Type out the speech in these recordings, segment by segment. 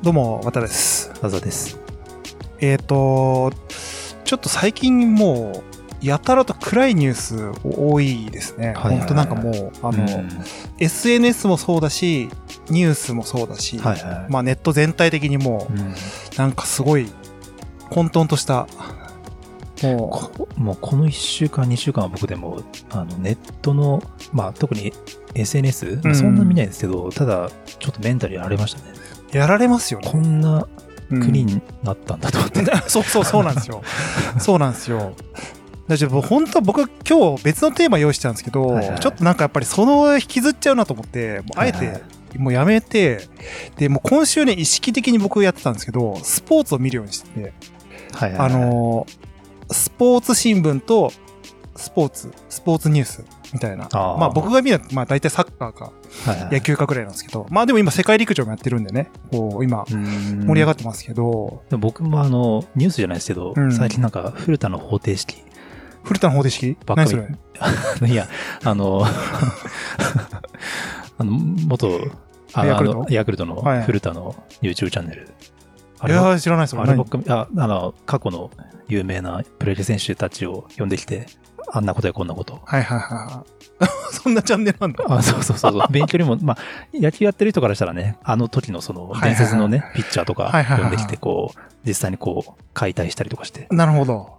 どうも、わたです。 あざです。 ちょっと最近もう、やたらと暗いニュース多いですね。本当なんかもう、SNS もそうだし、ニュースもそうだし、 はいはい、 まあネット全体的にもう、なんかすごい混沌とした、 もうこの1週間、2週間は僕でも、ネットの、まあ特に SNS、そんな見ないですけど、ただ、ちょっとメンタルやられましたね。 やられますよね。 こんな国になったんだと思って。 そうなんですよ。そうなんですよ。だから本当は僕今日別のテーマ用意してたんですけど、ちょっとなんかやっぱりその引きずっちゃうなと思って、もうあえてもうやめて、で、もう今週ね、意識的に僕やってたんですけど、スポーツを見るようにしてて、スポーツ新聞とスポーツニュースみたいな。まあ僕が見るのはまあ大体サッカーか野球かくらいなんですけど、まあでも今世界陸上もやってるんでね、こう今盛り上がってますけど。 でも僕もニュースじゃないですけど、最近なんか古田の方程式。 古田の方程式？何それ？ いや、元ヤクルトの古田の YouTube チャンネル。 いや知らないです。 あれ僕過去の有名なプロ野球選手たちを呼んできて、あんなことやこんなこと。 はいはいはい。そんなチャンネルなんだ。 そう。勉強にも、まあ、野球やってる人からしたらね、あの時のその伝説のね、ピッチャーとか呼んできて、こう、実際にこう、解体したりとかして。 なるほど。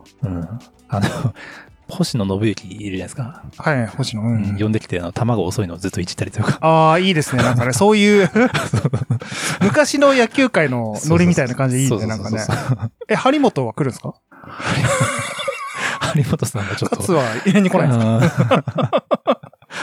星野信之いるじゃないですか。 はい、星野。 呼んできて、球が遅いのをずっといじったりとか。 ああ、いいですね。なんかね、そういう、昔の野球界のノリみたいな感じでいいね、なんかね。張本は来るんですか？ 張本さんがちょっと。 勝は入れに来ないんですか？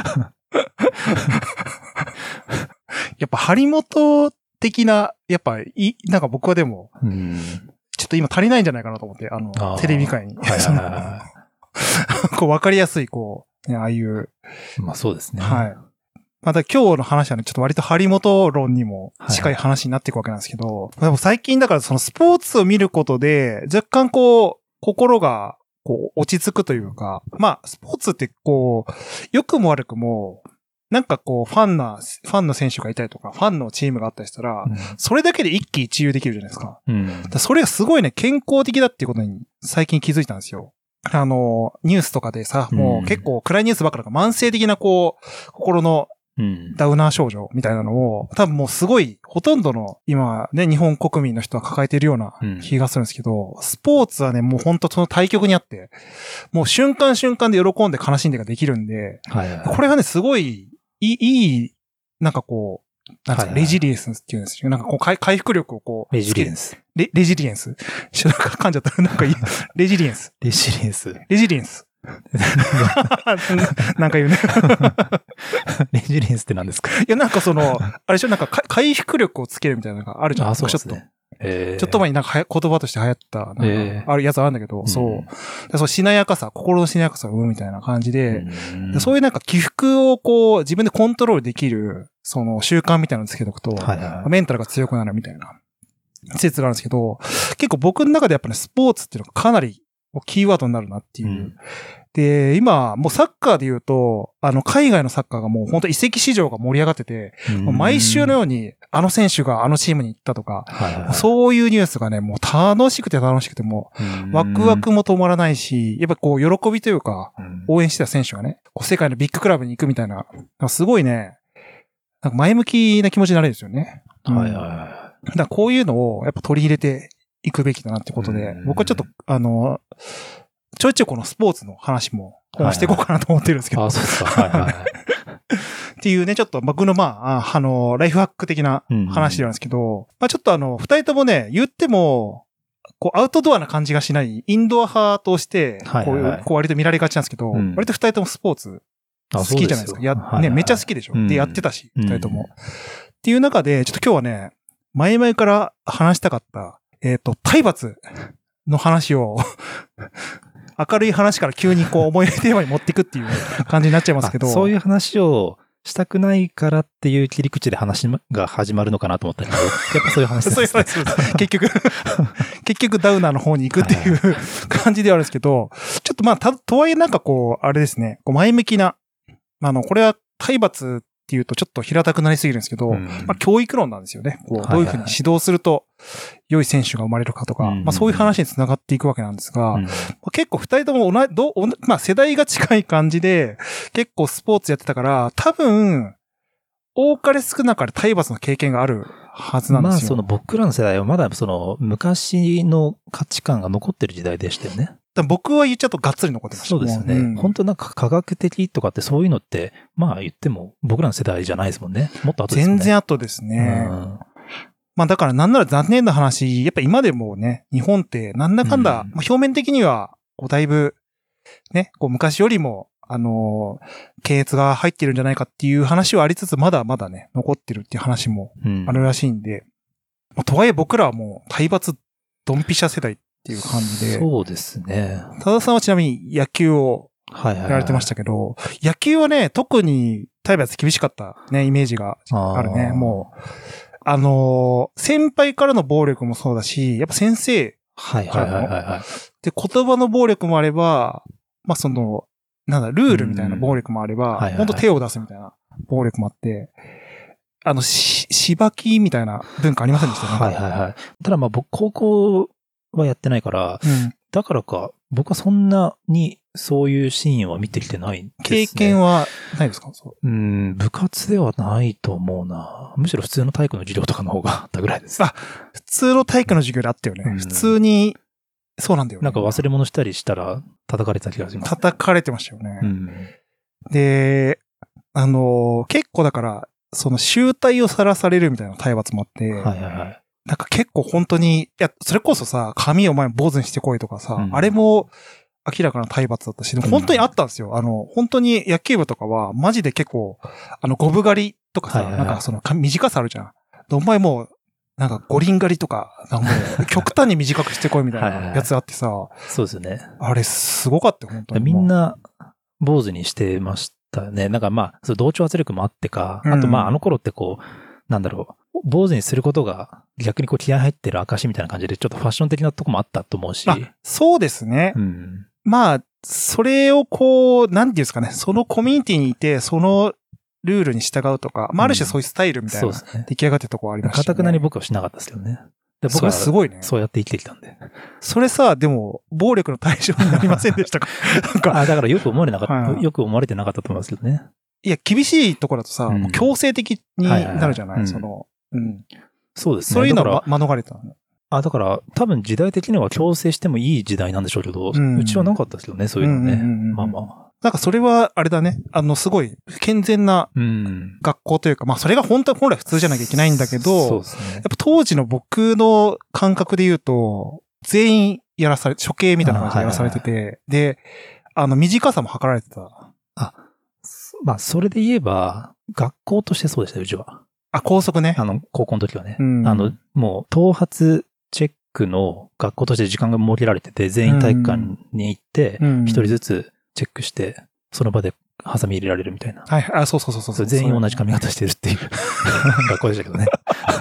やっぱ張本的な、やっぱなんか僕はでも、ちょっと今足りないんじゃないかなと思って、テレビ界に。こう分かりやすい、こう、ね、ああいう。 まあそうですね。 はい。また今日の話はね、ちょっと割と張本論にも近い話になっていくわけなんですけど、でも最近だからそのスポーツを見ることで、若干こう、心がこう落ち着くというか、まあスポーツってこう、良くも悪くも、なんかこう、ファンの選手がいたりとか、ファンのチームがあったりしたら、それだけで一喜一憂できるじゃないですか。それがすごいね、健康的だっていうことに最近気づいたんですよ。ニュースとかでさ、もう結構暗いニュースばっかだから慢性的なこう、心のダウナー症状みたいなのを、多分もうすごい、ほとんどの今ね、日本国民の人は抱えているような気がするんですけど、スポーツはね、もう本当その対極にあって、もう瞬間瞬間で喜んで悲しんでができるんで、これがね、すごい、いい、なんかこう、なんかレジリエンスっていうんですよ。なんかこう回復力をこう。 レジリエンス。 レジリエンス。なんか噛んじゃった。なんかいい。レジリエンス。 レジリエンス。 レジリエンス。なんか言うね。 レジリエンスって何ですか？ いや、なんかその、あれでしょ、なんか回復力をつけるみたいなのがあるじゃん。 そうですね。 ちょっと前になんか言葉として流行った、なんかあるやつあるんだけど、そう。しなやかさ、心のしなやかさを生むみたいな感じで、そういうなんか起伏をこう自分でコントロールできる、その習慣みたいなのをつけておくと、メンタルが強くなるみたいな説があるんですけど、結構僕の中でやっぱね、スポーツっていうのがかなりキーワードになるなっていう。で、今、もうサッカーで言うと、海外のサッカーがもう本当移籍市場が盛り上がってて、毎週のようにあの選手があのチームに行ったとか、そういうニュースがね、もう楽しくてもう、ワクワクも止まらないし、やっぱこう、喜びというか、応援してた選手がね、世界のビッグクラブに行くみたいな、すごいね、なんか前向きな気持ちになれるんですよね。だからこういうのをやっぱ取り入れていくべきだなってことで、僕はちょっと、ちょいちょいこのスポーツの話もしていこうかなと思ってるんですけど。 そうですか。 っていうね、ちょっと僕のライフハック的な話なんですけど、ちょっと二人ともね、言っても、こうアウトドアな感じがしないインドア派として、こう割と見られがちなんですけど、割と二人ともスポーツ好きじゃないですか。ね、めっちゃ好きでしょ。で、やってたし、二人とも。っていう中で、ちょっと今日はね、前々から話したかった、体罰の話を、明るい話から急にこう重いテーマに持っていくっていう感じになっちゃいますけど。 そういう話をしたくないからっていう切り口で話が始まるのかなと思ったけど、やっぱそういう話です、ね。そういう話です。結局ダウナーの方に行くっていう感じではあるんですけど、ちょっととはいえなんかこう、あれですね、こう前向きな、これは体罰っていうとちょっと平たくなりすぎるんですけど、教育論なんですよね。こう、どういうふうに指導すると良い選手が生まれるかとか、そういう話につながっていくわけなんですが、結構二人とも世代が近い感じで、結構スポーツやってたから、多分、多かれ少なかれ体罰の経験があるはずなんですよ。 僕らの世代はまだ昔の価値観が残ってる時代でしたよね。 僕は言っちゃうとがっつり残ってました。 そうですよね。本当科学的とかってそういうのって、言っても僕らの世代じゃないですもんね。もっと後ですね。 全然後ですね。だからなんなら残念な話、やっぱ今でもね、日本ってなんだかんだ、表面的には、だいぶ、ね、昔よりも、検閲が入ってるんじゃないかっていう話はありつつ、まだまだね、残ってるっていう話もあるらしいんで、とはいえ僕らはもう体罰ドンピシャ世代っていう感じで。 そうですね。 多田さんはちなみに野球をやられてましたけど、野球はね、特に体罰厳しかったね、イメージがあるね。もう、先輩からの暴力もそうだし、やっぱ先生。で、言葉の暴力もあれば、ルールみたいな暴力もあれば、本当手を出すみたいな暴力もあって、しばきみたいな文化ありませんでしたね。 ただ僕、高校はやってないから、だからか、僕はそんなにそういうシーンは見てきてないんですね。 経験はないですか？ 部活ではないと思うな。むしろ普通の体育の授業とかの方があったぐらいです。 普通の体育の授業であったよね。普通に、そうなんだよね。 なんか忘れ物したりしたら叩かれた気がします。 叩かれてましたよね。で、結構だから、集体をさらされるみたいな体罰もあって、なんか結構本当に、それこそさ、髪を前に坊主にしてこいとかさ、あれも明らかな体罰だったし、本当にあったんですよ。本当に野球部とかは、マジで結構、ゴブ狩りとかさ、なんか短さあるじゃん。お前もう、なんか五輪狩りとか、もう極端に短くしてこいみたいなやつあってさ、 そうですよね。 あれすごかったよ、本当に。 みんな、坊主にしてましたね。なんか同調圧力もあってか、あとあの頃って坊主にすることが逆に気合入ってる証みたいな感じでちょっとファッション的なとこもあったと思うし。 そうですね。それをなんていうんですかね、そのコミュニティにいて、そのルールに従うとか、ある種そういうスタイルみたいな、出来上がってるところありましたね。 固くなに僕はしなかったですけどね。 僕はすごいね。 そうやって生きてきたんで。 それさ、でも、暴力の対象になりませんでしたか？ だからよく思われてなかったと思いますけどね。 いや、厳しいところだとさ、強制的になるじゃない？ そうですね。 そういうのは免れたの。 だから多分時代的には強制してもいい時代なんでしょうけど、うちはなかったですよね、そういうのね。 なんかそれは、あれだね。すごい、健全な学校というか、それが本来普通じゃなきゃいけないんだけど、 そうですね。 やっぱ当時の僕の感覚で言うと、全員処刑みたいな感じでやらされてて、で、短さも測られてた。 それで言えば、学校としてそうでした、うちは。 校則ね。 高校の時はね。もう、頭髪チェックの学校として時間が設けられてて、全員体育館に行って、一人ずつチェックして、その場でハサミ入れられるみたいな。 そう。 全員同じ髪型してるっていう学校でしたけどね。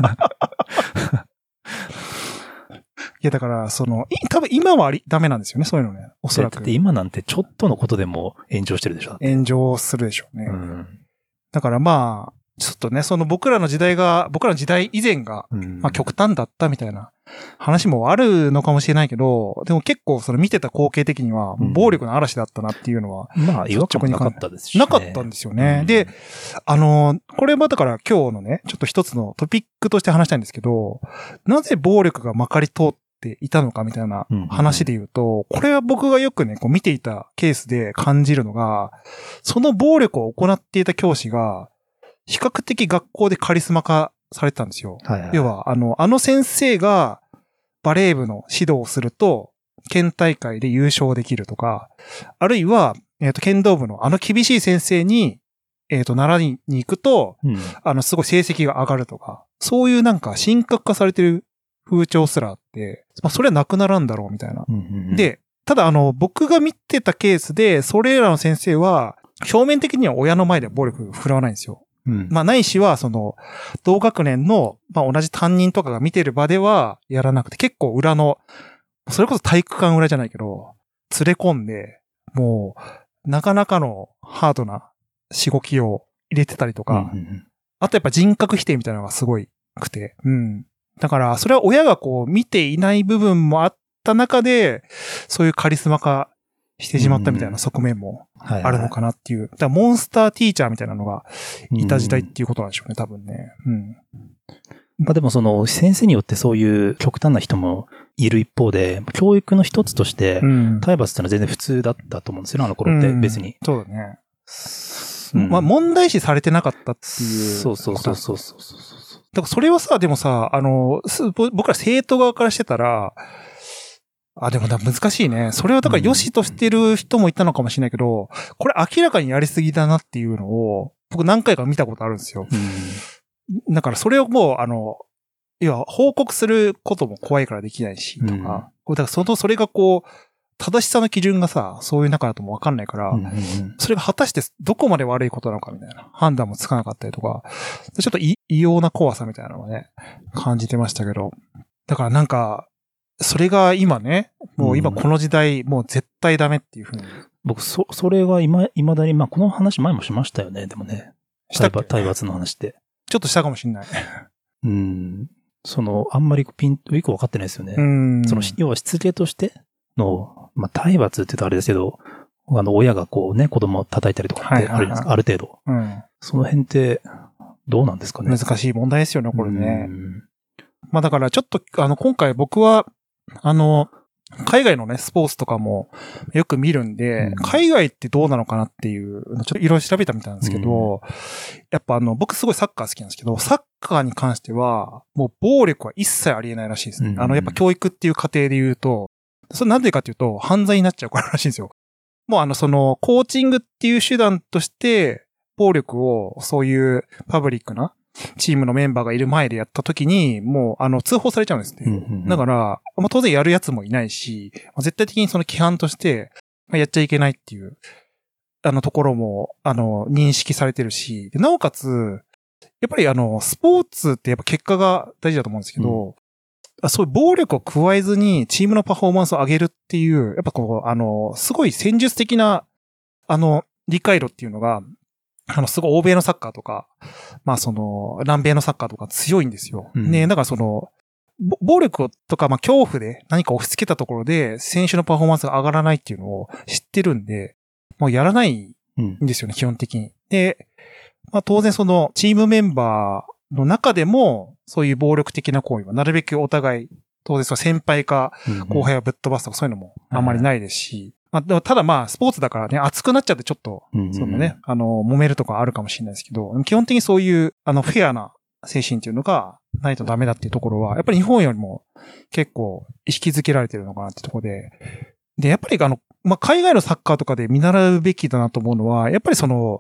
いや、だから、多分今はダメなんですよね、そういうのね。おそらく。 だって今なんてちょっとのことでも炎上してるでしょ。 炎上するでしょうね。だからちょっとね、僕らの時代以前が、極端だったみたいな話もあるのかもしれないけど、でも結構見てた光景的には、暴力の嵐だったなっていうのは、 違和感なかったですしね。 なかったんですよね。で、これはだから今日のね、ちょっと一つのトピックとして話したいんですけど、なぜ暴力がまかり通っていたのかみたいな話で言うと、これは僕がよくね、見ていたケースで感じるのが、その暴力を行っていた教師が、比較的学校でカリスマ化されてたんですよ。要は、先生がバレー部の指導をすると、県大会で優勝できるとか、あるいは、剣道部の厳しい先生に、習いに行くと、すごい成績が上がるとか、そういうなんか神格化されてる風潮すらあって、それはなくならんだろうみたいな。で、ただ僕が見てたケースで、それらの先生は、表面的には親の前で暴力振るわないんですよ。ないしは、同学年の、同じ担任とかが見てる場ではやらなくて、結構裏の、それこそ体育館裏じゃないけど、連れ込んで、もう、なかなかのハードなしごきを入れてたりとか、あとやっぱ人格否定みたいなのがすごいくて、だからそれは親がこう見ていない部分もあった中で、そういうカリスマ化してしまったみたいな側面もあるのかなっていう。だからモンスターティーチャーみたいなのがいた時代っていうことなんでしょうね、多分ね。 まあでもその先生によってそういう極端な人もいる一方で、教育の一つとして、体罰ってのは全然普通だったと思うんですよね、あの頃って別に。 そうだね。まあ問題視されてなかったっていう。 そう。だからそれはさ、でもさ、僕ら生徒側からしてたら、でも難しいね。それはだから良しとしてる人もいたのかもしれないけど、これ明らかにやりすぎだなっていうのを、僕何回か見たことあるんですよ。だからそれをもう、要は報告することも怖いからできないし、とか。だからそれがこう、正しさの基準がさ、そういう中だともわかんないから、それが果たしてどこまで悪いことなのかみたいな判断もつかなかったりとか、ちょっと異様な怖さみたいなのをね、感じてましたけど。だからなんか、それが今ね、もう今この時代、もう絶対ダメっていうふうに。僕、 それは未だに、まあこの話前もしましたよね、でもね。体罰の話って。 ちょっとしたかもしんない。 あんまりよくわかってないですよね。要はしつけとしての、まあ体罰って言うとあれですけど、親がこうね、子供を叩いたりとかってあるじゃないですか、ある程度。その辺って、どうなんですかね。 難しい問題ですよね、これね。まあだからちょっと、今回僕は、海外のね、スポーツとかもよく見るんで、海外ってどうなのかなっていう、ちょっといろいろ調べたみたいなんですけど、やっぱ僕すごいサッカー好きなんですけど、サッカーに関しては、もう暴力は一切ありえないらしいですね。やっぱ教育っていう過程で言うと、それなんでかっていうと、犯罪になっちゃうかららしいんですよ。もうコーチングっていう手段として、暴力をそういうパブリックなチームのメンバーがいる前でやった時に、もう、通報されちゃうんですね。だから、まあ、当然やるやつもいないし、絶対的にその規範として、やっちゃいけないっていう、ところも、認識されてるし、なおかつ、やっぱりスポーツってやっぱ結果が大事だと思うんですけど、そういう暴力を加えずにチームのパフォーマンスを上げるっていう、やっぱこう、すごい戦術的な、理解度っていうのが、すごい欧米のサッカーとか、まあ南米のサッカーとか強いんですよ。ね、だから暴力とか、まあ恐怖で何か押し付けたところで、選手のパフォーマンスが上がらないっていうのを知ってるんで、もうやらないんですよね、基本的に。で、まあ当然チームメンバーの中でも、そういう暴力的な行為はなるべくお互い、当然先輩か後輩をぶっ飛ばすとかそういうのもあんまりないですし、まあ、ただまあ、スポーツだからね、熱くなっちゃってちょっと、揉めるとかあるかもしれないですけど、基本的にそういう、フェアな精神っていうのがないとダメだっていうところは、やっぱり日本よりも結構意識づけられてるのかなってところで、やっぱりまあ、海外のサッカーとかで見習うべきだなと思うのは、やっぱり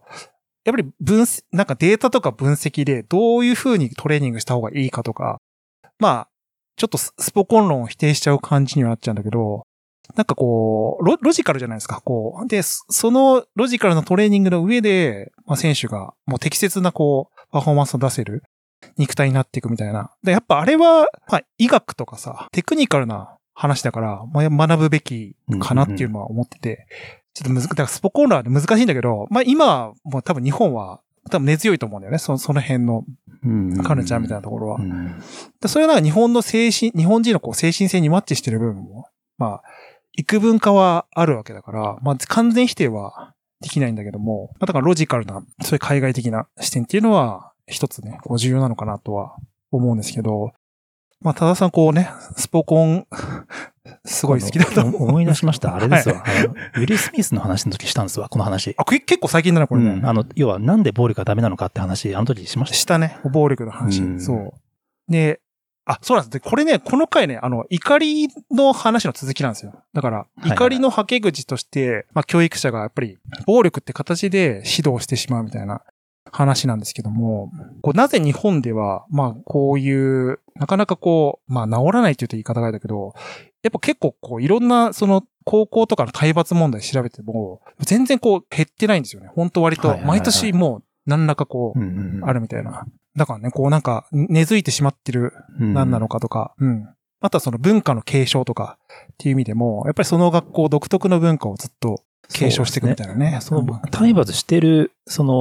なんかデータとか分析でどういう風にトレーニングした方がいいかとか、まあ、ちょっとスポコン論を否定しちゃう感じにはなっちゃうんだけど、なんかこう、ロジカルじゃないですか、こう。で、そのロジカルなトレーニングの上で、まあ、選手がもう適切なこう、パフォーマンスを出せる肉体になっていくみたいな。で、やっぱあれは、まあ、医学とかさ、テクニカルな話だから、まあ、学ぶべきかなっていうのは思ってて、ちょっとだからスポコン論は難しいんだけど、まあ今、もう多分日本は、多分根強いと思うんだよね。その辺のカルチャーみたいなところは。でそれはなんか日本人のこう精神性にマッチしてる部分も、まあ、幾分かはあるわけだから、まあ完全否定はできないんだけども、まあだからロジカルな、そういう海外的な視点っていうのは一つね、こう重要なのかなとは思うんですけど、まあ多田さんこうね、スポコン、すごい好きだと思い出しました。あれですわ。はい、ウィル・スミスの話の時したんですわ、この話。 結構最近だな、これね。 要はなんで暴力がダメなのかって話、あの時しました。 したね。暴力の話。そう。で、そうなんです。で、これね、この回ね、怒りの話の続きなんですよ。だから、怒りのはけ口として、まあ、教育者がやっぱり、暴力って形で指導してしまうみたいな話なんですけども、なぜ日本では、まあ、こういう、なかなかこう、まあ、治らないって言うと言い方があれだけど、やっぱ結構こう、いろんな、高校とかの体罰問題調べても、全然こう、減ってないんですよね。本当割と、毎年もう、何らかこう、あるみたいな。だからね、こうなんか、根付いてしまってる、何なのかとか、あとは文化の継承とか、っていう意味でも、やっぱりその学校独特の文化をずっと継承していくみたいなね。 体罰してる、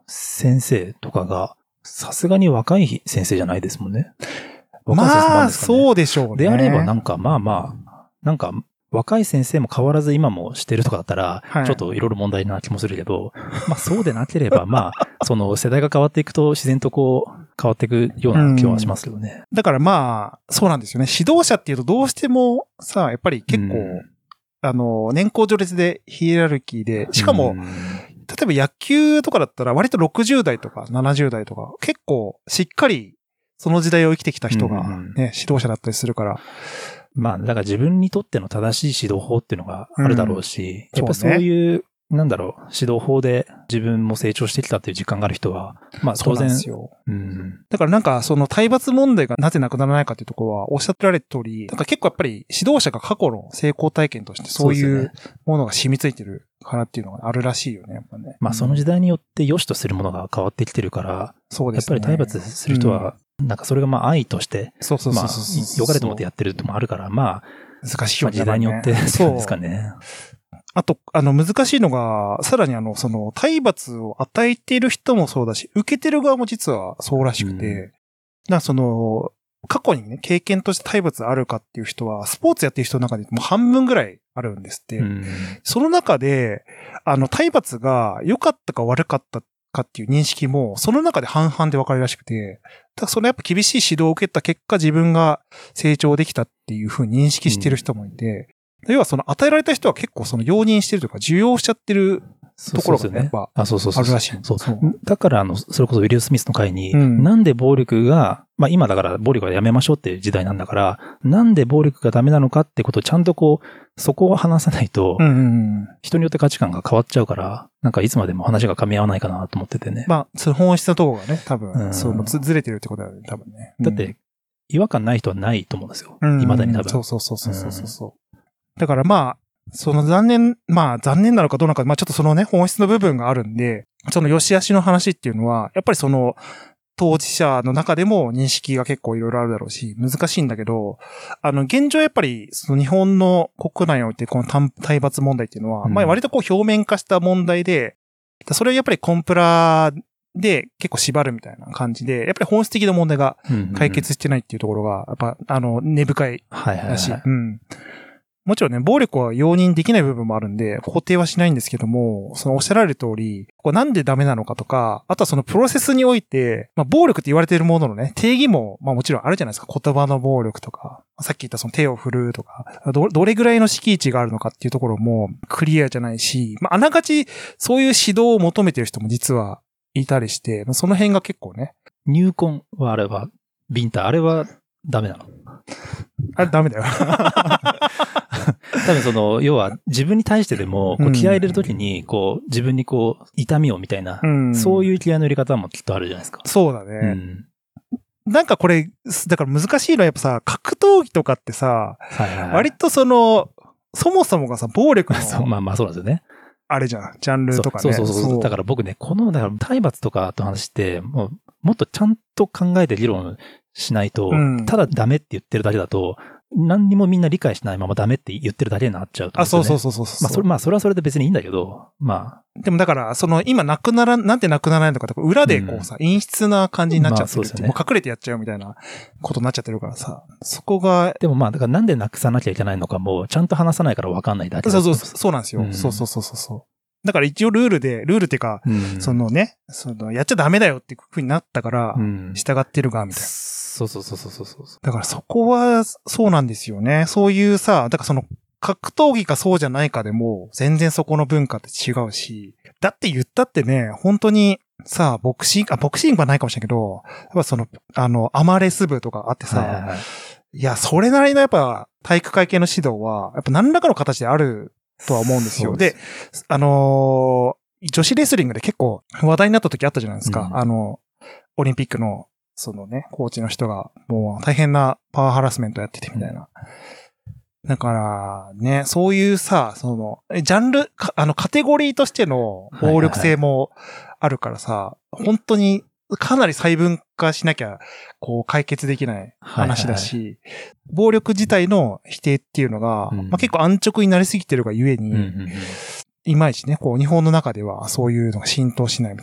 先生とかが、さすがに若い先生じゃないですもんね。 まあ、そうでしょうね。 であればなんか、まあまあ、なんか、若い先生も変わらず今もしてるとかだったら、ちょっといろいろ問題な気もするけど、まあそうでなければ、まあ、その世代が変わっていくと自然とこう、変わっていくような気はしますけどね。 だからまあ、そうなんですよね。指導者っていうとどうしてもさ、やっぱり結構、年功序列でヒエラルキーで、しかも、例えば野球とかだったら割と60代とか70代とか、結構しっかりその時代を生きてきた人がね、指導者だったりするから。 まあ、だから自分にとっての正しい指導法っていうのがあるだろうし、やっぱそういう、なんだろう、指導法で自分も成長してきたっていう実感がある人は、まあ当然。そうなんですよ。 だからなんかその体罰問題がなぜなくならないかっていうところはおっしゃってられた通り、なんか結構やっぱり指導者が過去の成功体験としてそういうものが染みついてるからっていうのがあるらしいよね、やっぱね。 まあその時代によって良しとするものが変わってきてるから、そうですね。やっぱり体罰する人は、なんかそれがまあ愛として、まあ良かれと思ってやってるともあるから、まあ、 難しいよね。 時代によってそうですかね。 あと、難しいのが、さらにその、体罰を与えている人もそうだし、受けてる側も実はそうらしくて、その、過去にね、経験として体罰あるかっていう人は、スポーツやってる人の中でもう半分ぐらいあるんですって。その中で、体罰が良かったか悪かったかっていう認識も、その中で半々で分かるらしくて、だからそのやっぱ厳しい指導を受けた結果、自分が成長できたっていうふうに認識してる人もいて、要はその与えられた人は結構その容認してるとか、受容しちゃってるところがやっぱあるらしい。 だからそれこそウィル・スミスの回に、なんで暴力が、まあ今だから暴力はやめましょうっていう時代なんだから、なんで暴力がダメなのかってことをちゃんとこう、そこを話さないと、人によって価値観が変わっちゃうから、なんかいつまでも話が噛み合わないかなと思っててね。 まあ、その本質のところがね、多分、ずれてるってことだよね、多分ね。 だって、違和感ない人はないと思うんですよ。未だに多分。 そう。だからまあ、その残念なのかどうなのか、まあちょっとそのね、本質の部分があるんで、その良し悪しの話っていうのは、やっぱりその、当事者の中でも認識が結構いろいろあるだろうし、難しいんだけど、現状やっぱり、その日本の国内においてこの体罰問題っていうのは、まあ割とこう表面化した問題で、それをやっぱりコンプラで結構縛るみたいな感じで、やっぱり本質的な問題が解決してないっていうところが、やっぱ、根深いらしい。もちろんね、暴力は容認できない部分もあるんで、肯定はしないんですけども、そのおっしゃられる通り、こうなんでダメなのかとか、あとはそのプロセスにおいて、まあ暴力って言われているもののね、定義も、まあもちろんあるじゃないですか。言葉の暴力とか、さっき言ったその手を振るとか、どれぐらいの敷地があるのかっていうところもクリアじゃないし、まああながちそういう指導を求めている人も実はいたりして、その辺が結構ね。 入婚はあれは、ビンタ、あれはダメなの？ あれダメだよ。 多分その、要は自分に対してでも、こう気合い入れるときに、こう、自分にこう、痛みをみたいな、そういう気合いの入れ方もきっとあるじゃないですか。 そうだね。なんかこれ、だから難しいのはやっぱさ、格闘技とかってさ、割とその、そもそもがさ、暴力の。 まあそうなんですよね。 あれじゃん、ジャンルとかね。 そう。だから僕ね、だから体罰とかと話して、もっとちゃんと考えて議論しないと、ただダメって言ってるだけだと、何にもみんな理解しないままダメって言ってるだけになっちゃうと、ね。 そう。 まあそれはそれで別にいいんだけど、まあ。 でもだから、今なんでなくならないのかとか、裏でこうさ、陰湿な感じになっちゃってるって、もう隠れてやっちゃうみたいなことになっちゃってるからさ、そこが。 でもまあ、だからなんでなくさなきゃいけないのかも、ちゃんと話さないから分かんないだけだ。 そうなんですよ。そう。だから一応ルールっていうか、そのね、やっちゃダメだよっていう風になったから、従ってるが、みたいな。 そう。 だからそこは、そうなんですよね。そういうさ、だからその、格闘技かそうじゃないかでも、全然そこの文化って違うし、だって言ったってね、本当に、さ、ボクシングはないかもしれないけど、やっぱその、アマレス部とかあってさ、いや、それなりのやっぱ、体育会系の指導は、やっぱ何らかの形であるとは思うんですよ。で、女子レスリングで結構話題になった時あったじゃないですか。オリンピックの、そのね、コーチの人が、もう大変なパワーハラスメントやっててみたいな。だからね、そういうさ、その、ジャンル、カテゴリーとしての暴力性もあるからさ、本当にかなり細分化しなきゃ、こう解決できない話だし、暴力自体の否定っていうのが、まあ、結構安直になりすぎてるがゆえに、いまいちね、こう日本の中ではそういうのが浸透しないみたいな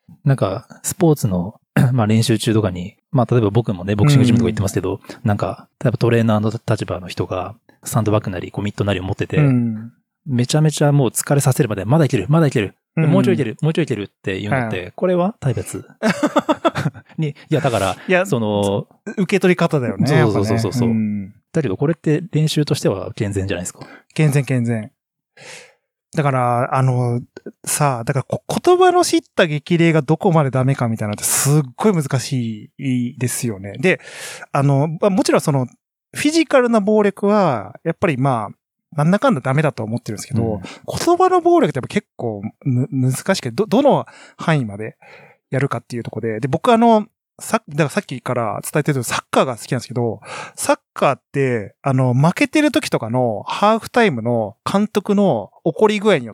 なんか、スポーツのまあ練習中とかに、まあ例えば僕もね、ボクシングジムとか行ってますけど、なんか、例えばトレーナーの立場の人が、サンドバッグなり、ミットなりを持ってて、めちゃめちゃもう疲れさせるまで、まだいける、もうちょいいける、もうちょいいけるっていうのって、これは大別に、いや、だから、受け取り方だよね。 そう。だけど、これって練習としては健全じゃないですか。 健全。だから、だから言葉の知った激励がどこまでダメかみたいなのってすっごい難しいですよね。で、もちろんその、フィジカルな暴力は、やっぱりまあ、なんだかんだダメだと思ってるんですけど、言葉の暴力ってやっぱ結構難しくて、どの範囲までやるかっていうところで、僕だからさっきから伝えてるとサッカーが好きなんですけど、サッカーって、負けてる時とかのハーフタイムの監督の怒り具合によって、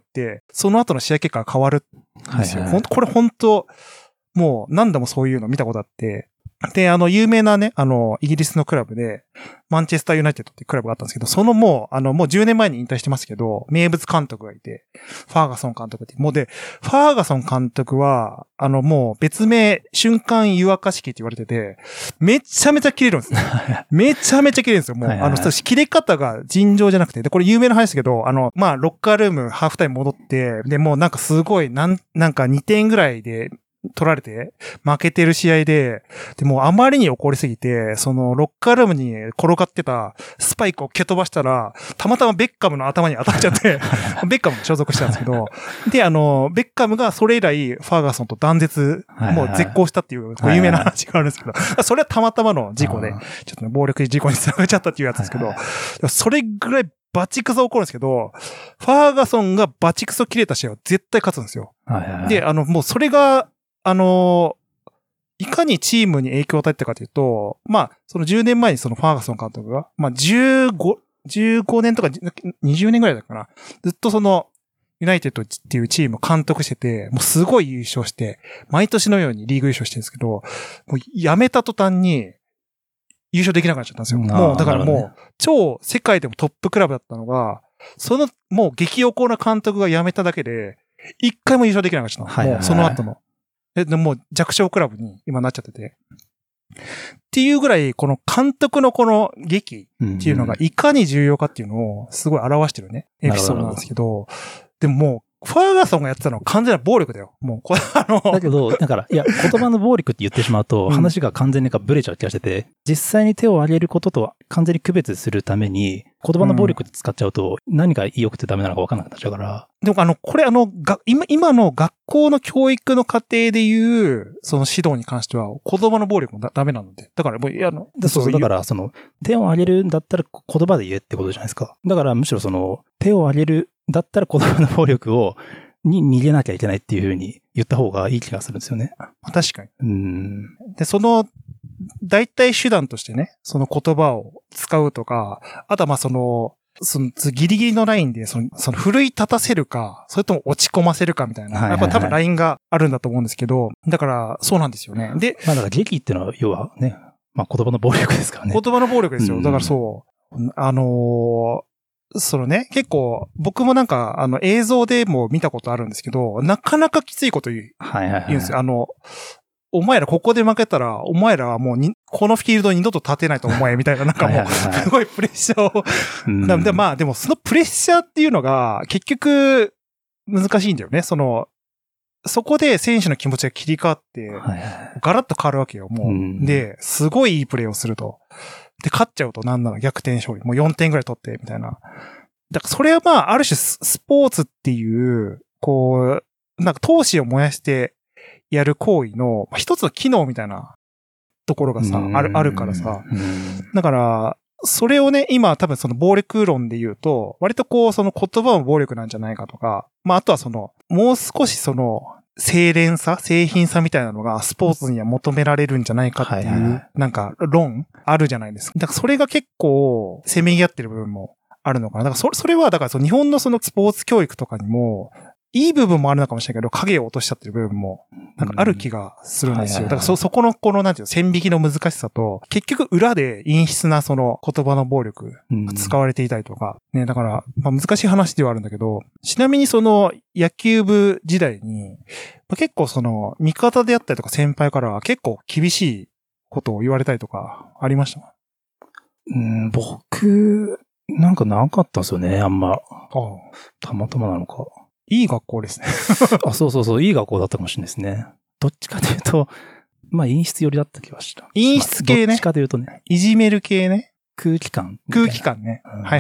その後の試合結果が変わるんですよ。これ本当もう何度もそういうの見たことあって、で、有名なね、イギリスのクラブで、マンチェスターユナイテッドっていうクラブがあったんですけど、そのもう10年前に引退してますけど、名物監督がいて、ファーガソン監督って。もうで、ファーガソン監督は、もう別名、瞬間湯沸かし器って言われてて、めちゃめちゃ切れるんですね。めちゃめちゃ切れるんですよ。もう、切れ方が尋常じゃなくて、で、これ有名な話ですけど、まあ、ロッカールーム、ハーフタイム戻って、で、もうなんかすごい、なんか2点ぐらいで、取られて、負けてる試合で、で、もうあまりに怒りすぎて、そのロッカールームに転がってたスパイクを蹴飛ばしたら、たまたまベッカムの頭に当たっちゃって、ベッカムも所属したんですけど、で、ベッカムがそれ以来、ファーガソンと断絶、もう絶交したっていう、有名な話があるんですけど、それはたまたまの事故で、ちょっとね、暴力事故につながっちゃったっていうやつですけど、それぐらいバチクソ怒るんですけど、ファーガソンがバチクソ切れた試合は絶対勝つんですよ。で、もうそれが、いかにチームに影響を与えたかというと、まあ、その10年前にそのファーガソン監督が、まあ15年とか20年ぐらいだったかな。ずっとその、ユナイテッドっていうチームを監督してて、もうすごい優勝して、毎年のようにリーグ優勝してるんですけど、もう辞めた途端に優勝できなくなっちゃったんですよ。もう、だからもう、超世界でもトップクラブだったのが、その、もう激おこな監督が辞めただけで、一回も優勝できなくなっちゃったの。もうその後の。でもう弱小クラブに今なっちゃってて。っていうぐらい、この監督のこの劇っていうのがいかに重要かっていうのをすごい表してるね、エピソードなんですけど、でももう、ファーガソンがやってたのは完全な暴力だよ。もう、これだけど、だから、いや、言葉の暴力って言ってしまうと、話が完全にブレちゃう気がしてて、実際に手を挙げることと完全に区別するために、言葉の暴力って使っちゃうと、何が良くてダメなのか分かんなくなっちゃうから。 でもこれ今の学校の教育の過程でいう、その指導に関しては、言葉の暴力もダメなので。だからもう、 そう、だから、手を挙げるんだったら言葉で言えってことじゃないですか。だからむしろ手を挙げるだったら言葉の暴力に逃げなきゃいけないっていうふうに言った方がいい気がするんですよね。 確かに。で、代替手段としてね、その言葉を使うとか、あとはまあギリギリのラインで、奮い立たせるか、それとも落ち込ませるかみたいな。やっぱ多分ラインがあるんだと思うんですけど、だから、そうなんですよね。で、 まあだから劇っていうのは、要はね、まあ言葉の暴力ですからね。 言葉の暴力ですよ。だからそう。結構、僕もなんか、映像でも見たことあるんですけど、なかなかきついこと言うんですよ。お前らここで負けたら、お前らはもうこのフィールドに二度と立てないと思え、みたいな、なんかもう、すごいプレッシャーを。まあでもそのプレッシャーっていうのが、結局、難しいんだよね。そこで選手の気持ちが切り替わって、ガラッと変わるわけよ、もう。で、すごいいいプレーをすると。で、勝っちゃうとなんなら逆転勝利。もう4点ぐらい取って、みたいな。だからそれはまあ、ある種スポーツっていう、こう、なんか闘志を燃やしてやる行為の一つの機能みたいなところがさ、あるからさ。だから、それをね、今多分その暴力論で言うと、割とこう、その言葉も暴力なんじゃないかとか、まああとはもう少し清廉さ、清貧さみたいなのがスポーツには求められるんじゃないかっていう、なんか論あるじゃないですか。だからそれが結構、せめぎ合ってる部分もあるのかな。だからそれは、だから日本のスポーツ教育とかにも、 いい部分もあるのかもしれないけど、影を落としちゃってる部分も、なんかある気がするんですよ。だからそこの、なんていうの、線引きの難しさと、結局裏で陰湿なその言葉の暴力が使われていたりとか、ね、だから、まあ難しい話ではあるんだけど、ちなみにその野球部時代に、結構その、味方であったりとか先輩からは結構厳しいことを言われたりとか、ありました？ 僕、なんかなかったんですよね、あんま。たまたまなのか。 いい学校ですね。 そう、いい学校だったかもしれないですね。どっちかというと、まあ、陰湿寄りだった気がした。 陰湿系ね。 どっちかというとね。 いじめる系ね。 空気感ね。はい。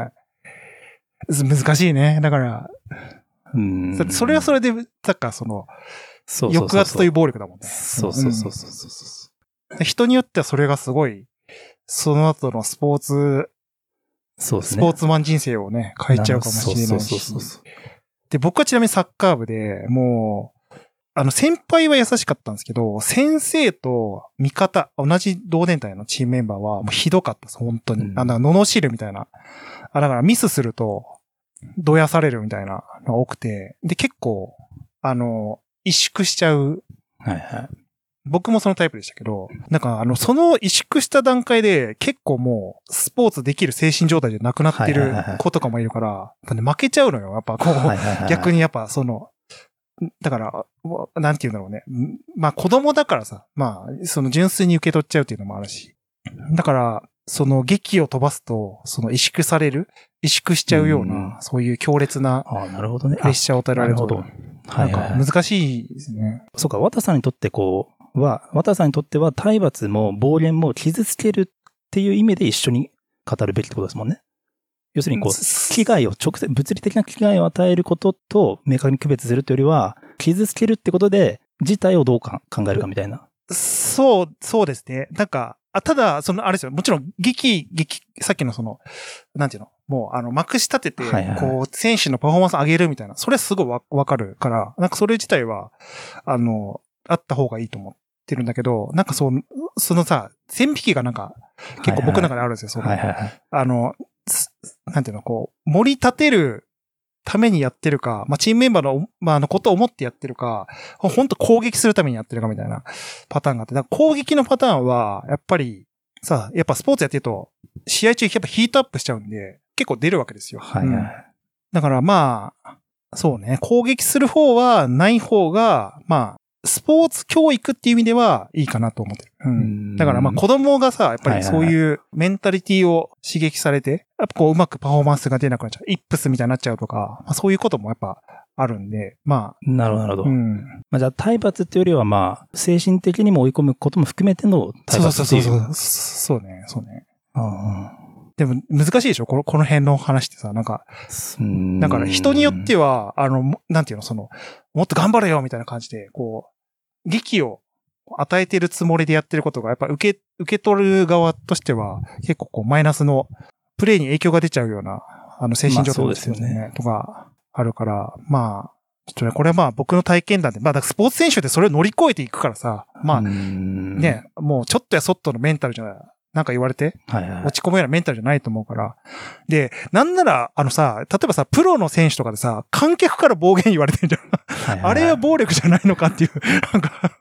難しいね。だから、それはそれで、だからその、抑圧という暴力だもんね。 そう。 人によってはそれがすごい、その後のスポーツマン人生をね、変えちゃうかもしれないし。で、僕はちなみにサッカー部で、もう、先輩は優しかったんですけど、先生と味方、同じ同年代のチームメンバーはもうひどかったです、本当に。罵るみたいな。だからミスすると、どやされるみたいなのが多くて、で、結構、萎縮しちゃう。僕もそのタイプでしたけど、なんかその萎縮した段階で結構もうスポーツできる精神状態じゃなくなってる子とかもいるから、やっぱね、負けちゃうのよ。やっぱこう、逆にやっぱだから、なんて言うんだろうね。まあ子供だからさ、まあその純粋に受け取っちゃうっていうのもあるし。だから、その劇を飛ばすと、その萎縮しちゃうような、そういう強烈なプレッシャーを与えられると。なんか難しいですね。 そうか、綿さんにとっては体罰も暴言も傷つけるっていう意味で一緒に語るべきってことですもんね。要するに危害を物理的な危害を与えることと明確に区別するというよりは、傷つけるってことで事態をどう考えるかみたいな。 そうですね。なんか、ただ、あれですよ。もちろん、さっきのなんていうの、もう、まくし立てて、こう、選手のパフォーマンス上げるみたいな、それはすごいわかるから、なんかそれ自体は、あった方がいいと思ってるんだけど、なんかそのさ、線引きがなんか、結構僕の中であるんですよ、なんていうの、こう、盛り立てるためにやってるか、まあ、チームメンバーの、まあ、ことを思ってやってるか、本当攻撃するためにやってるかみたいなパターンがあって、攻撃のパターンは、やっぱり、さ、やっぱスポーツやってると、試合中やっぱヒートアップしちゃうんで、結構出るわけですよ。だからまあ、そうね、攻撃する方はない方が、まあ、スポーツ教育っていう意味ではいいかなと思ってる。だからまあ子供がさ、やっぱりそういうメンタリティを刺激されて、やっぱこううまくパフォーマンスが出なくなっちゃう。イップスみたいになっちゃうとか、まあ、そういうこともやっぱあるんで、まあ。 なるほど。まあじゃあ体罰っていうよりはまあ、精神的にも追い込むことも含めての体罰っていう。 そうね。でも難しいでしょこの辺の話ってさ、なんか、だから人によっては、なんていうの、もっと頑張れよみたいな感じで、こう、劇を与えてるつもりでやってることが、やっぱ受け取る側としては、結構こう、マイナスの、プレイに影響が出ちゃうような、精神状態ですよね。とか、あるから、まあ、ちょっとね、これはまあ僕の体験談で、まあだからスポーツ選手ってそれを乗り越えていくからさ、まあ、ね、もうちょっとやそっとのメンタルじゃない。なんか言われて、落ち込むようなメンタルじゃないと思うから。で、なんなら、例えばさ、プロの選手とかでさ、観客から暴言言われてるじゃん。あれは暴力じゃないのかっていう、なんか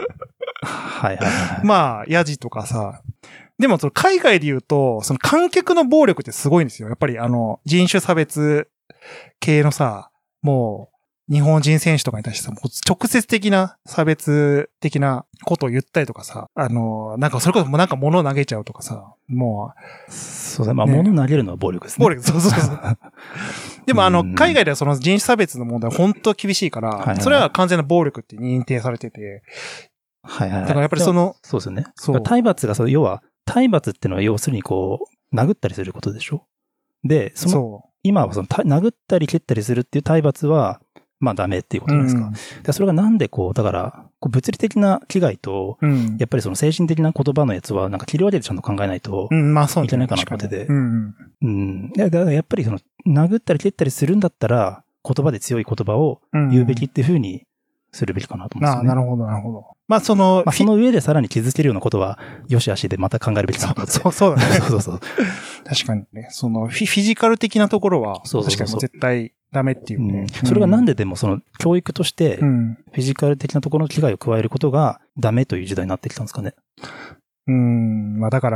まあ、ヤジとかさ。でも、海外で言うと、観客の暴力ってすごいんですよ。やっぱり人種差別系のさ、もう、日本人選手とかに対してさ、もう直接的な差別的なことを言ったりとかさ、なんかそれこそもうなんか物を投げちゃうとかさ、もう。 そうだ、まあ、ね、物を投げるのは暴力ですね。 暴力、そう。でも海外ではその人種差別の問題は本当厳しいから、それは完全な暴力って認定されてて。だからやっぱりそうですよね。体罰が要は、体罰ってのは要するにこう、殴ったりすることでしょ。で、今は殴ったり蹴ったりするっていう体罰は、まあダメっていうことじゃないですか。でそれがなんでだから物理的な危害と、やっぱりその精神的な言葉のやつはなんか切り分けてちゃんと考えないといけないかなと思ってて。だからやっぱり殴ったり蹴ったりするんだったら言葉で強い言葉を言うべきっていうふうにするべきかなと思うんですよね。 なるほど。まあその上でさらに傷つけるようなことはよしあしでまた考えるべきかなと思って。 そうだね。そう。確かにね。フィジカル的なところは確かに絶対ダメっていうね。 それがなんででもその教育として、フィジカル的なところの危害を加えることがダメという時代になってきたんですかね。 まあだから、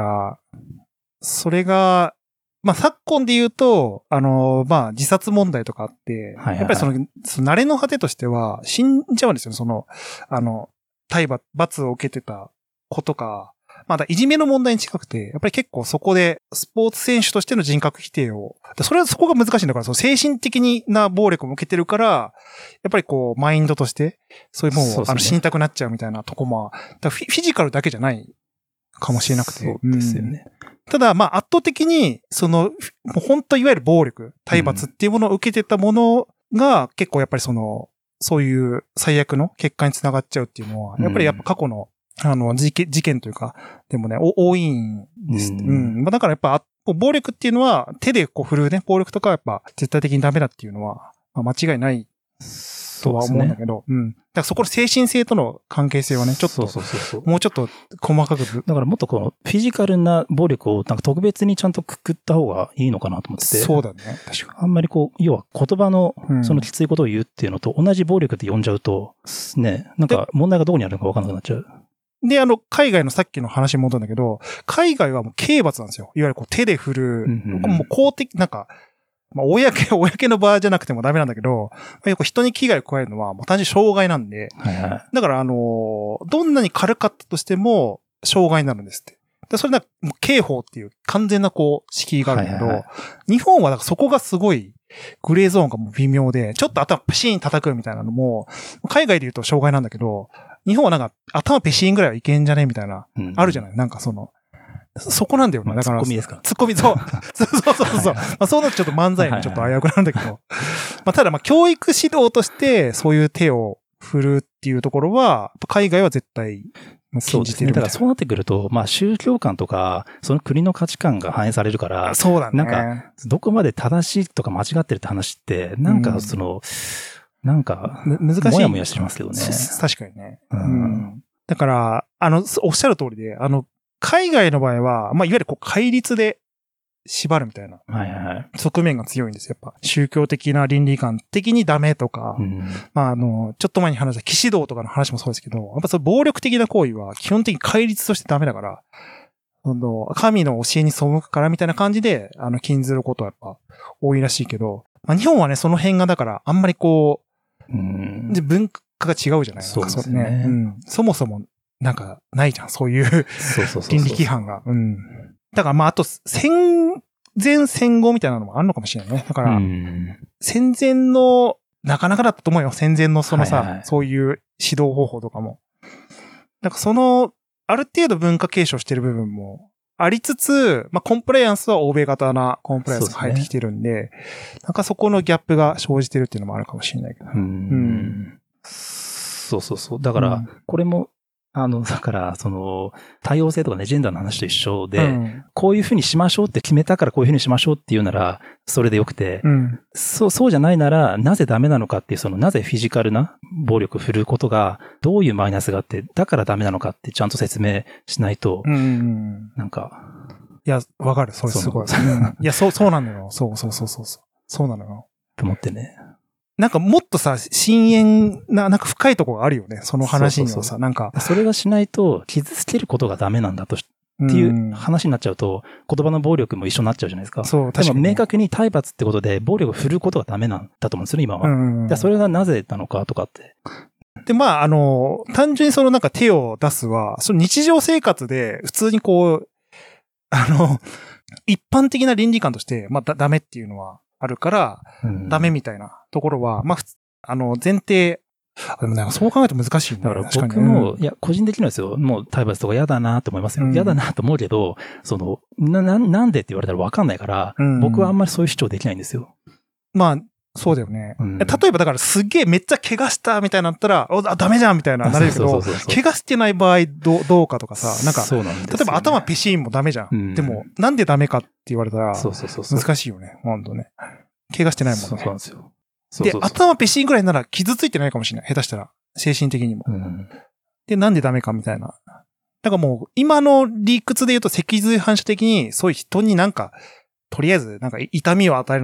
それが、まあ昨今で言うと、まあ自殺問題とかあって、やっぱりその慣れの果てとしては死んじゃうんですよ。その、罰を受けてた子とか、まだいじめの問題に近くて、やっぱり結構そこでスポーツ選手としての人格否定を、そこが難しいんだから、その精神的な暴力を受けてるから、やっぱりこう、マインドとして、そういうもう、死にたくなっちゃうみたいなとこも、フィジカルだけじゃないかもしれなくて。 そうですよね。 ただ、まあ圧倒的に、もう本当いわゆる暴力、体罰っていうものを受けてたものが、結構やっぱりそういう最悪の結果につながっちゃうっていうのは、やっぱり過去の、事件というか、でもね、多いんです。まあ、だからやっぱ、暴力っていうのは、手でこう振るうね、暴力とかはやっぱ、絶対的にダメだっていうのは、まあ、間違いないとは思うんだけど、だからそこの精神性との関係性はね、ちょっと、もうちょっと細かく。 だからもっとこの、フィジカルな暴力をなんか特別にちゃんとくくった方がいいのかなと思ってて。 そうだね。確かに。 あんまりこう、要は言葉の、そのきついことを言うっていうのと同じ暴力って呼んじゃうと、ね、なんか問題がどこにあるのか分からなくなっちゃう。 で、海外のさっきの話に戻るんだけど、海外はもう刑罰なんですよ。いわゆるこう手で振る、もう公的、なんか、まあ、公の場じゃなくてもダメなんだけど、人に危害を加えるのは、もう単純に傷害なんで、だからどんなに軽かったとしても、傷害になるんですって。でそれなんか、刑法っていう完全なこう、敷居があるんだけど、日本はだからそこがすごい、グレーゾーンがもう微妙で、ちょっと頭パシーン叩くみたいなのも、海外で言うと障害なんだけど、日本はなんか頭ペシーンぐらいはいけんじゃねみたいな、あるじゃないなんかそこなんだよね。だから。 ツッコミですか。 ツッコミ、そう。そう。まあそうなるとちょっと漫才にちょっと危うくなるんだけど。まあただまあ教育指導としてそういう手を振るっていうところは、海外は絶対禁じてる。 だからそうなってくると、まあ宗教観とか、その国の価値観が反映されるから、 そうだね。 なんか、どこまで正しいとか間違ってるって話って、なんかなんか、 難しい。 もやもやしますけどね。 確かにね。だから、おっしゃる通りで、海外の場合は、まあ、いわゆるこう、戒律で縛るみたいな。側面が強いんですよ。やっぱ、宗教的な倫理観的にダメとか、まあ、ちょっと前に話した騎士道とかの話もそうですけど、やっぱその暴力的な行為は基本的に戒律としてダメだから、神の教えに背くからみたいな感じで、禁ずることはやっぱ多いらしいけど、まあ、日本はね、その辺がだから、あんまりこう、文化が違うじゃないそうですね。 そもそも、なんか、ないじゃん、そういう倫理規範が。だからまあ、あと、戦前戦後みたいなのもあるのかもしれないね。だから、戦前の、なかなかだったと思うよ。戦前のそういう指導方法とかも。なんかある程度文化継承してる部分もありつつ、まあ、コンプライアンスは欧米型なコンプライアンスが入ってきてるんで、なんかそこのギャップが生じてるっていうのもあるかもしれないけど。 そう。だから、これも、だから、多様性とかね、ジェンダーの話と一緒で、こういうふうにしましょうって決めたからこういうふうにしましょうっていうなら、それでよくて、そうじゃないなら、なぜダメなのかっていう、なぜフィジカルな暴力を振るうことが、どういうマイナスがあって、だからダメなのかってちゃんと説明しないと、なんか。 いや、わかる、それすごい。いや、そうなのよ。そう。そうなのよ。 と思ってね。 なんかもっとさ、深淵な、なんか深いところがあるよね。その話にはさ、なんか。 それがしないと、傷つけることがダメなんだっていう話になっちゃうと、言葉の暴力も一緒になっちゃうじゃないですか。 そう、確かに。 でも明確に体罰ってことで、暴力を振るうことがダメなんだと思うんですよね、今は。それがなぜなのかとかって。 で、まあ、単純になんか手を出すは、日常生活で普通にこう、一般的な倫理観として、まあ、ダメっていうのはあるから、ダメみたいなところは、まあ、前提、でもね、そう考えると難しいんだから僕も、いや、個人的にはですよ、もう体罰とか嫌だなと思いますよ。嫌だなと思うけど、なんでって言われたら分かんないから、僕はあんまりそういう主張できないんですよ。 まあ、そうだよね。例えばだからすげえめっちゃ怪我したみたいになったら、ダメじゃんみたいななれるけど、怪我してない場合どうかとかさ、なんか、例えば頭ペシーンもダメじゃん。でも、なんでダメかって言われたら、難しいよね、ほんとね。怪我してないもんね。 そうなんですよ。 で、頭ペシーンぐらいなら傷ついてないかもしれない。下手したら。精神的にも。で、なんでダメかみたいな。だからもう、今の理屈で言うと脊髄反射的に、そういう人になんか、とりあえず、なんか痛みを与えるのは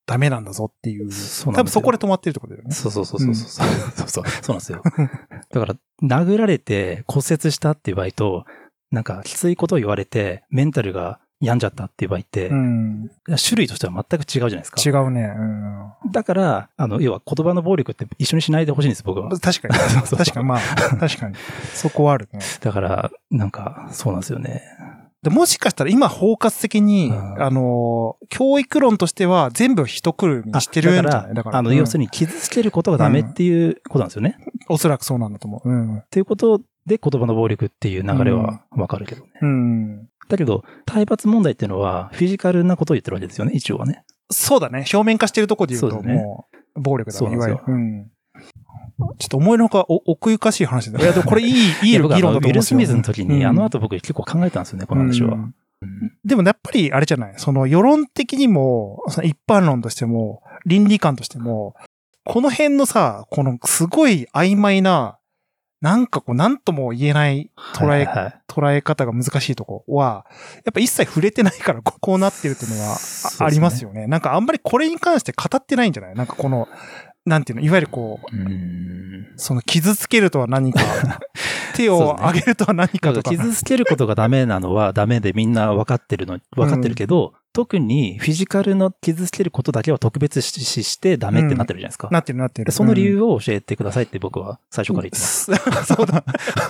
ダメなんだぞっていう。 そう多分そこで止まってるってことだよね。 そうなんですよ。だから、殴られて骨折したっていう場合と、なんかきついことを言われて、メンタルが病んじゃったっていう場合って、種類としては全く違うじゃないですか。 違うね。 だから、要は言葉の暴力って一緒にしないでほしいんです、僕は。 確かに。確かに、まあ、確かに。そこはあるね。 だから、なんか、そうなんですよね。 でもしかしたら今包括的に、教育論としては全部一くるみにしてるんじゃない？ だから、要するに傷つけることがダメっていうことなんですよね。 おそらくそうなんだと思う。 っていうことで言葉の暴力っていう流れはわかるけどね。だけど、体罰問題っていうのはフィジカルなことを言ってるわけですよね、一応はね。 そうだね。表面化してるとこで言うと、もう、暴力だね、いわゆる。ちょっと思いのほか奥ゆかしい話だ。いや、でもこれいい議論だと思うんですよ。 ウィル・スミスの時に、後僕結構考えたんですよね、この話は。 でもやっぱりあれじゃない。その世論的にも、その一般論としても、倫理観としても、この辺のさ、このすごい曖昧な、なんかこう、なんとも言えない捉え方が難しいとこは、やっぱ一切触れてないからこうなってるっていうのはありますよね。なんかあんまりこれに関して語ってないんじゃない？なんかこの、なんていうの、いわゆるこう、その傷つけるとは何か、手を上げるとは何かとか。 傷つけることがダメなのはダメでみんな分かってるけど、特にフィジカルの傷つけることだけは特別視してダメってなってるじゃないですか。 なってる。 その理由を教えてくださいって僕は最初から言ってます。 そうだ。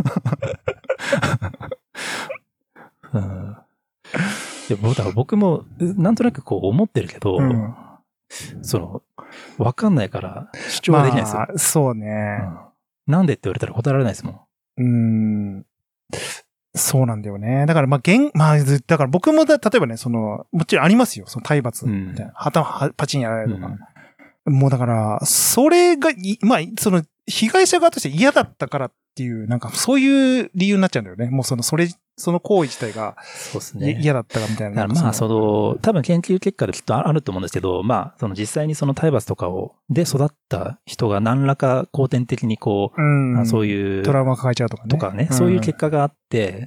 僕もなんとなくこう思ってるけど、わかんないから主張はできないですよ。 そうね、 なんでって言われたら答えられないですもん。 そうなんだよね。だからだから僕も例えばね、もちろんありますよ。その体罰みたいな。パチンやられるとか。もうだから、それが、被害者側として嫌だったからっていう、なんかそういう理由になっちゃうんだよね。もうその行為自体が嫌だったかみたいな。 多分研究結果できっとあると思うんですけど、実際にその体罰とかで育った人が何らか後天的にそういうトラウマ抱えちゃうとかね。 そういう結果があって、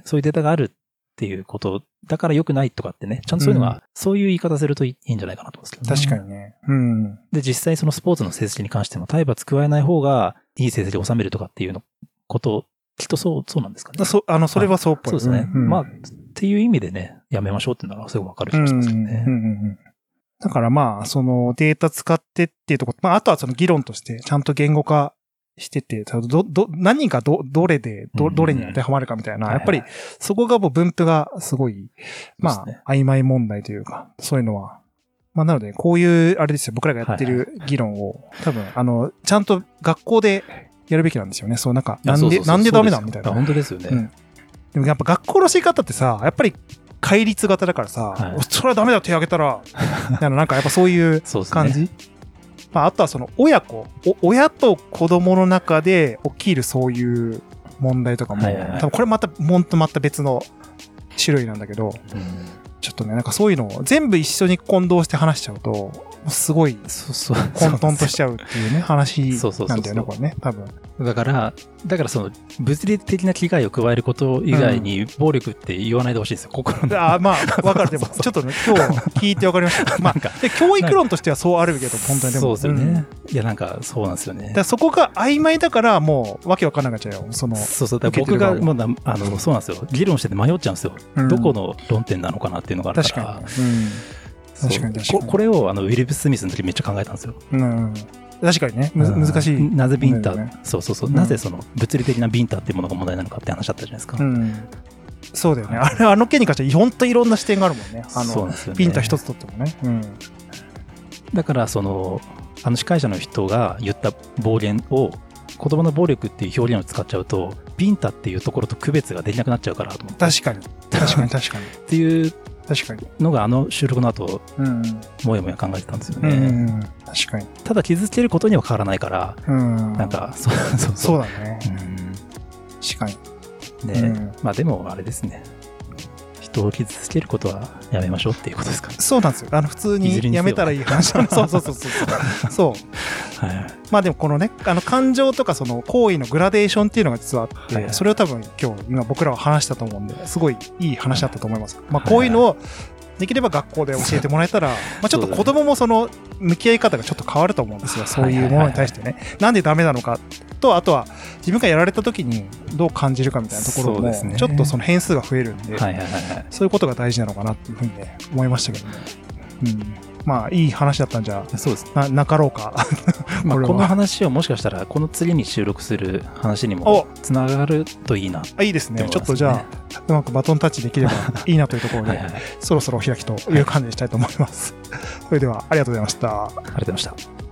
そういうデータがあるっていうことだから良くないとかってね、ちゃんとそういうのが、そういう言い方するといいんじゃないかなと思うんですけどね。 確かにね。 で、実際そのスポーツの成績に関しても体罰加えない方がいい成績を収めるとかっていうこときっとそうなんですかね。 それはそうっぽい。 そうですね。っていう意味でね、やめましょうっていうのはすごくわかる気がしますよね。 だからそのデータ使ってっていうところ、あとはその議論としてちゃんと言語化してて、何がどれで、どれに当てはまるかみたいな、やっぱりそこがもう分布がすごい、曖昧問題というか、そういうのは。なので、こういう、あれですよ、僕らがやってる議論を、多分、ちゃんと学校でやるべきなんですよね。なんでダメなのみたいな。 本当ですよね。 でもやっぱ学校の教え方ってさ、やっぱり戒律型だからさ、それはダメだ手挙げたら、なんかやっぱそういう感じ。あとはその親と子供の中で起きるそういう問題とかも、多分これまた別の種類なんだけど、ちょっとね、なんかそういうのを全部一緒に混同して話しちゃうと、すごい混沌としちゃうっていうね、話なんだよね、これね、多分。 だからその、物理的な危害を加えること以外に、暴力って言わないでほしいですよ、心の。 わかる。でも、ちょっとね、今日聞いてわかりました。教育論としてはそうあるけど、本当にでも。 そうですよね。いや、なんか、そうなんですよね。 だからそこが曖昧だから、もう、わけわかんなくなっちゃうよ。 僕が、そうなんですよ。議論してて迷っちゃうんですよ。どこの論点なのかなっていうのがあるから。 確かに。 これをウィル・スミスの時めっちゃ考えたんですよ。 確かにね、難しい。 なぜビンタ、なぜその物理的なビンタっていうものが問題なのかって話だったじゃないですか。 そうだよね。件に関しては本当にいろんな視点があるもんね。ビンタ一つとってもね。 だから司会者の人が言った暴言を言葉の暴力っていう表現を使っちゃうとビンタっていうところと区別ができなくなっちゃうからと思って。 確かにっていうのが収録の後、もやもや考えてたんですよね。 確かに。 ただ傷つけることには変わらないから、なんかそうだね。確かに。 でもあれですね。人を傷つけることはやめましょうっていうことですかね。 そうなんですよ。普通にやめたらいい話なんそう。でもこのね、感情とかその行為のグラデーションっていうのが実はあって、それを多分今僕らは話したと思うんで、すごいいい話だったと思います。こういうのを、 できれば学校で教えてもらえたら、まあちょっと子供もその向き合い方がちょっと変わると思うんですよ。そういうものに対してね。なんでダメなのかと、あとは自分がやられた時にどう感じるかみたいなところも、ちょっとその変数が増えるんで、そういうことが大事なのかなっていうふうにね、思いましたけどね。うん。まあ、いい話だったんじゃ、 そうです。 なかろうか。 まあ、この話をもしかしたら、この次に収録する話にもつながるといいな。 いいですね。ちょっとじゃあ、うまくバトンタッチできればいいなというところで、そろそろお開きという感じにしたいと思います。それでは、ありがとうございました。 ありがとうございました。